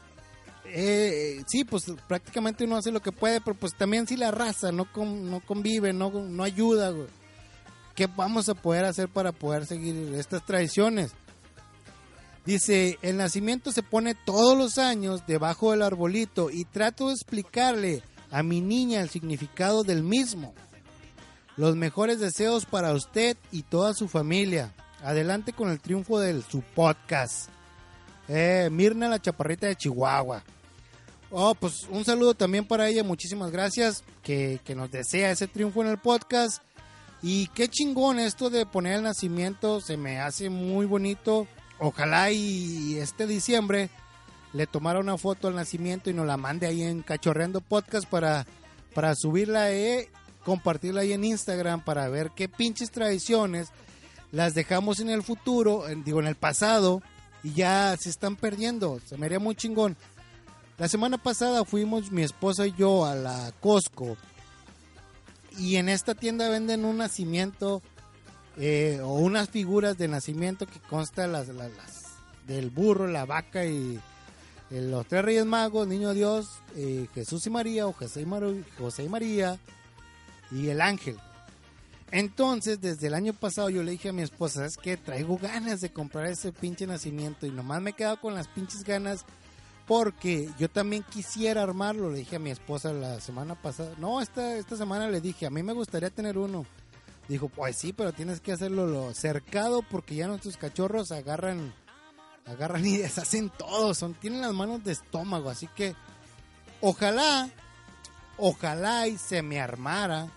sí, pues prácticamente uno hace lo que puede, pero pues también si la raza no convive, no ayuda, güey, ¿qué vamos a poder hacer para poder seguir estas tradiciones? Dice, el nacimiento se pone todos los años debajo del arbolito y trato de explicarle a mi niña el significado del mismo. Los mejores deseos para usted y toda su familia. Adelante con el triunfo de su podcast. Mirna, la chaparrita de Chihuahua. Oh, pues un saludo también para ella. Muchísimas gracias. Que nos desea ese triunfo en el podcast. Y qué chingón esto de poner el nacimiento. Se me hace muy bonito. Ojalá y este diciembre le tomara una foto al nacimiento y nos la mande ahí en Cachorreando Podcast para subirla, compartirla ahí en Instagram, para ver qué pinches tradiciones las dejamos en el futuro, en el pasado, y ya se están perdiendo. Se me haría muy chingón. La semana pasada fuimos mi esposa y yo a la Costco, y en esta tienda venden un nacimiento o unas figuras de nacimiento que consta las del burro, la vaca y los tres Reyes Magos, Niño Dios, Jesús y María, o José y María y el ángel. Entonces, desde el año pasado yo le dije a mi esposa, ¿sabes qué? Traigo ganas de comprar ese pinche nacimiento, y nomás me he quedado con las pinches ganas porque yo también quisiera armarlo. Le dije a mi esposa la semana pasada, no, esta semana le dije, a mí me gustaría tener uno. Dijo, pues sí, pero tienes que hacerlo cercado, porque ya nuestros cachorros agarran y deshacen todo, tienen las manos de estómago, así que ojalá y se me armar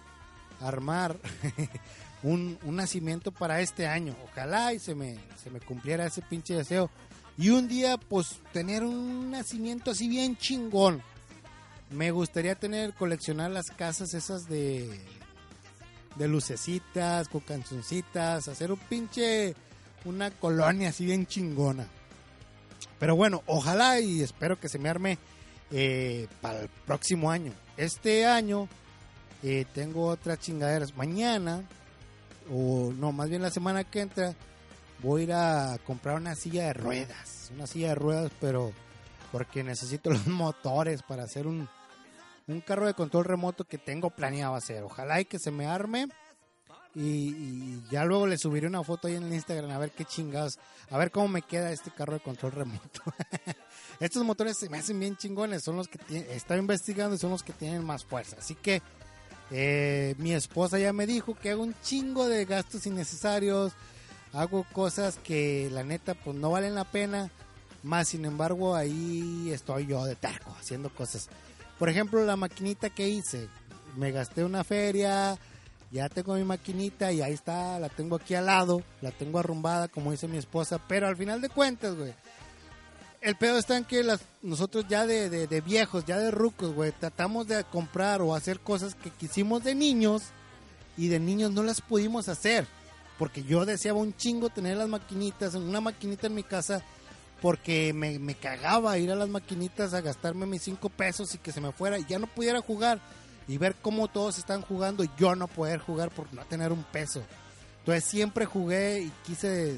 un nacimiento para este año. Ojalá y se me cumpliera ese pinche deseo, y un día pues tener un nacimiento así bien chingón. Me gustaría coleccionar las casas esas de lucecitas, con cancioncitas, hacer una colonia así bien chingona. Pero bueno, ojalá y espero que se me arme para el próximo año. Este año tengo otras chingaderas. Mañana, o no, más bien la semana que entra, voy a ir a comprar una silla de ruedas. Pero porque necesito los motores para hacer un carro de control remoto que tengo planeado hacer. Ojalá y que se me arme. Y ya luego le subiré una foto ahí en el Instagram a ver qué chingados, a ver cómo me queda este carro de control remoto. Estos motores se me hacen bien chingones, son los que estaba investigando y son los que tienen más fuerza. Así que mi esposa ya me dijo que hago un chingo de gastos innecesarios, hago cosas que la neta pues no valen la pena, más sin embargo ahí estoy yo de terco haciendo cosas. Por ejemplo, la maquinita que hice, me gasté una feria. Ya tengo mi maquinita y ahí está, la tengo aquí al lado, la tengo arrumbada, como dice mi esposa, pero al final de cuentas, güey, El pedo está en que nosotros ya de viejos, ya de rucos, güey, tratamos de comprar o hacer cosas que quisimos de niños y de niños no las pudimos hacer. Porque yo deseaba un chingo tener las maquinitas, una maquinita en mi casa, porque me cagaba ir a las maquinitas a gastarme mis 5 pesos y que se me fuera y ya no pudiera jugar y ver cómo todos están jugando y yo no poder jugar por no tener un peso. Entonces siempre jugué y quise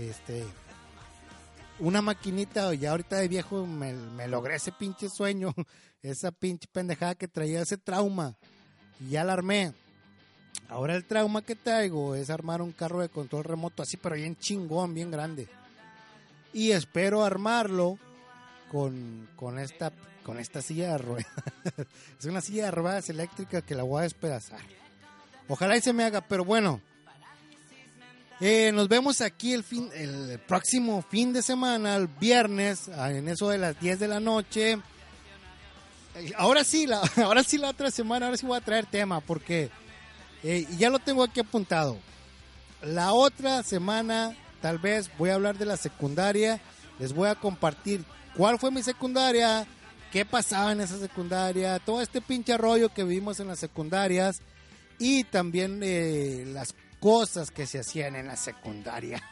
una maquinita, y ahorita de viejo me logré ese pinche sueño, esa pinche pendejada que traía, ese trauma, y ya la armé. Ahora el trauma que traigo es armar un carro de control remoto así, pero bien chingón, bien grande. Y espero armarlo con esta silla de ruedas. Es una silla de ruedas eléctrica que la voy a despedazar. Ojalá y se me haga, pero bueno. Nos vemos aquí el próximo fin de semana, el viernes, en eso de las 10 de la noche. Ahora sí la otra semana, ahora sí voy a traer tema, porque ya lo tengo aquí apuntado. La otra semana tal vez voy a hablar de la secundaria, les voy a compartir cuál fue mi secundaria, qué pasaba en esa secundaria, todo este pinche rollo que vivimos en las secundarias y también las cosas que se hacían en la secundaria.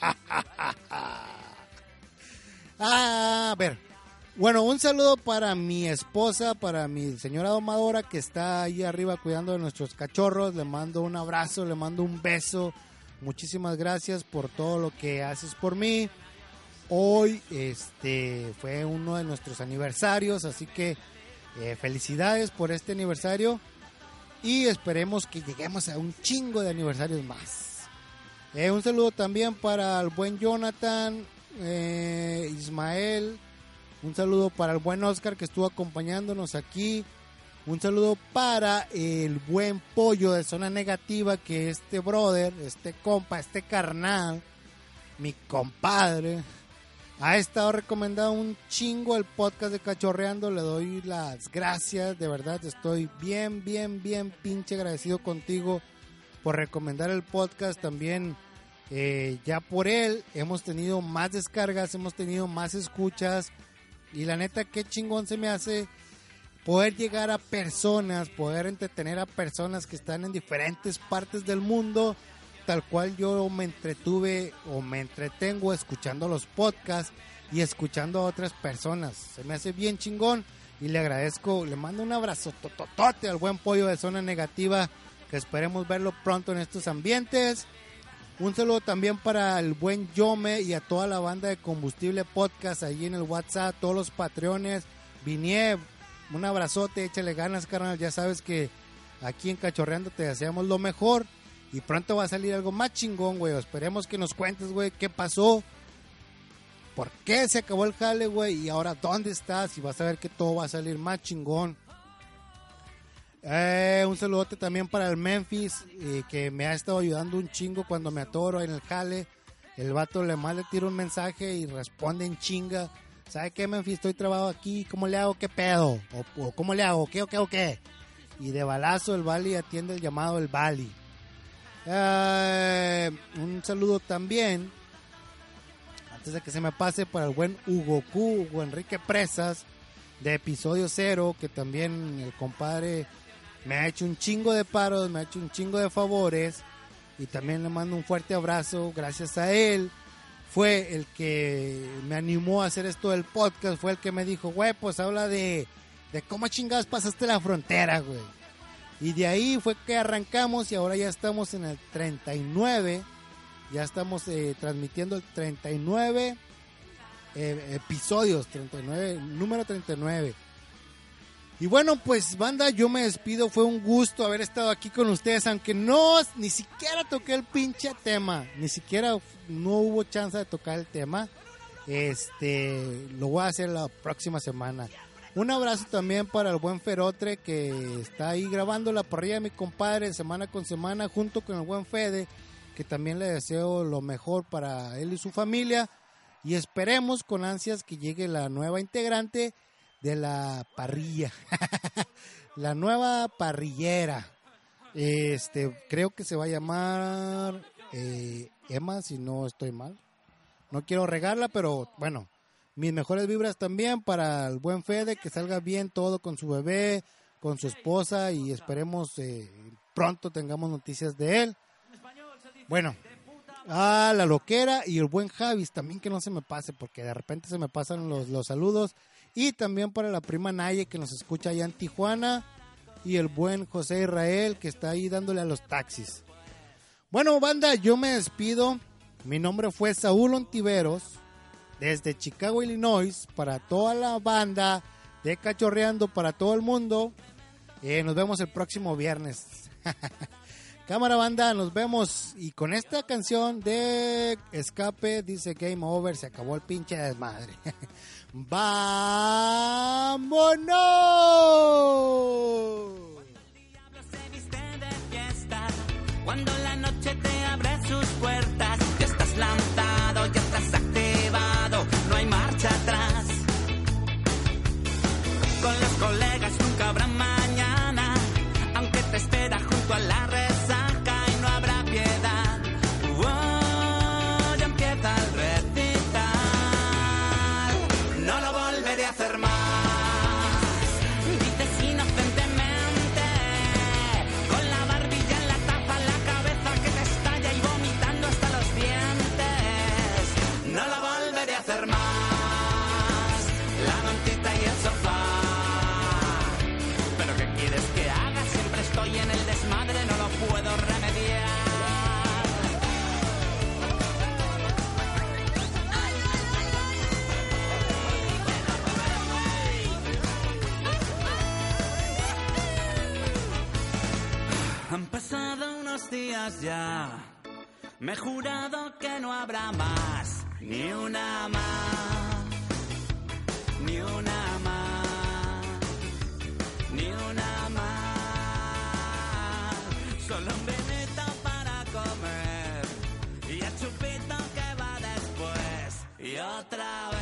A ver, bueno, un saludo para mi esposa, para mi señora domadora que está ahí arriba cuidando de nuestros cachorros. Le mando un abrazo, le mando un beso. Muchísimas gracias por todo lo que haces por mí. Hoy fue uno de nuestros aniversarios, así que felicidades por este aniversario. Y esperemos que lleguemos a un chingo de aniversarios más. Un saludo también para el buen Jonathan, Ismael. Un saludo para el buen Oscar que estuvo acompañándonos aquí. Un saludo para el buen Pollo de Zona Negativa, que este brother, este compa, este carnal, mi compadre, ha estado recomendando un chingo el podcast de Cachorreando. Le doy las gracias, de verdad estoy bien pinche agradecido contigo por recomendar el podcast. También ya por él hemos tenido más descargas, hemos tenido más escuchas y la neta qué chingón se me hace poder llegar a personas, poder entretener a personas que están en diferentes partes del mundo, tal cual yo me entretuve o me entretengo escuchando los podcasts y escuchando a otras personas. Se me hace bien chingón y le agradezco, le mando un abrazo tototote al buen Pollo de Zona Negativa, que esperemos verlo pronto en estos ambientes. Un saludo también para el buen Yome y a toda la banda de Combustible Podcast ahí en el WhatsApp, todos los patreones. Vinie, un abrazote, échale ganas, carnal, ya sabes que aquí en Cachorreando te deseamos lo mejor. Y pronto va a salir algo más chingón, güey. Esperemos que nos cuentes, güey, qué pasó. ¿Por qué se acabó el jale, güey? Y ahora, ¿dónde estás? Y vas a ver que todo va a salir más chingón. Un saludote también para el Memphis, que me ha estado ayudando un chingo cuando me atoro en el jale. El vato le tira un mensaje y responde en chinga. ¿Sabe qué, Memphis? Estoy trabado aquí. ¿Cómo le hago? ¿Qué pedo? ¿O cómo le hago? ¿Qué? Y de balazo el Bali atiende el llamado del Bali. Un saludo también, antes de que se me pase, para el buen Hugo Enrique Presas de episodio 0, que también el compadre me ha hecho un chingo de paros, me ha hecho un chingo de favores, y también le mando un fuerte abrazo. Gracias a él fue el que me animó a hacer esto del podcast, fue el que me dijo, güey, pues habla de cómo chingados pasaste la frontera, güey. Y de ahí fue que arrancamos y ahora ya estamos en el 39. Ya estamos transmitiendo el 39 episodios, 39, número 39. Y bueno, pues banda, yo me despido. Fue un gusto haber estado aquí con ustedes, aunque ni siquiera toqué el pinche tema. No hubo chance de tocar el tema. Lo voy a hacer la próxima semana. Un abrazo también para el buen Ferotre, que está ahí grabando la parrilla de mi compadre semana con semana junto con el buen Fede, que también le deseo lo mejor para él y su familia. Y esperemos con ansias que llegue la nueva integrante de la parrilla. La nueva parrillera. Creo que se va a llamar Emma, si no estoy mal. No quiero regarla, pero bueno. mis mejores vibras también para el buen Fede, que salga bien todo con su bebé, con su esposa, y esperemos pronto tengamos noticias de él. Bueno, a la loquera y el buen Javis también, que no se me pase, porque de repente se me pasan los saludos. Y también para la prima Naye, que nos escucha allá en Tijuana, y el buen José Israel, que está ahí dándole a los taxis. Bueno, banda, yo me despido. Mi nombre fue Saúl Ontiveros, desde Chicago, Illinois, para toda la banda de Cachorreando, para todo el mundo. Nos vemos el próximo viernes. Cámara, banda, nos vemos. Y con esta canción de Escape dice Game Over, se acabó el pinche desmadre. ¡Vámonos! Cuando la noche te abre sus puertas, ya estás lanzado, ya estás activado, no hay marcha atrás. Con los colegas nunca habrá mañana, aunque te espera junto a la resaca y no habrá piedad. Ya empieza el recital, no lo volveré a hacer más. Dices inocentemente, con la barbilla en la tapa, la cabeza que te estalla y vomitando hasta los dientes. No lo volveré a hacer más, la mantita y el sofá. Pero ¿qué quieres que haga? Siempre estoy en el desmadre, no lo puedo remediar. Han pasado unos días ya, me he jurado que no habrá más, ni una más, ni una más, ni una más. Solo un vinito para comer y el chupito que va después y otra vez.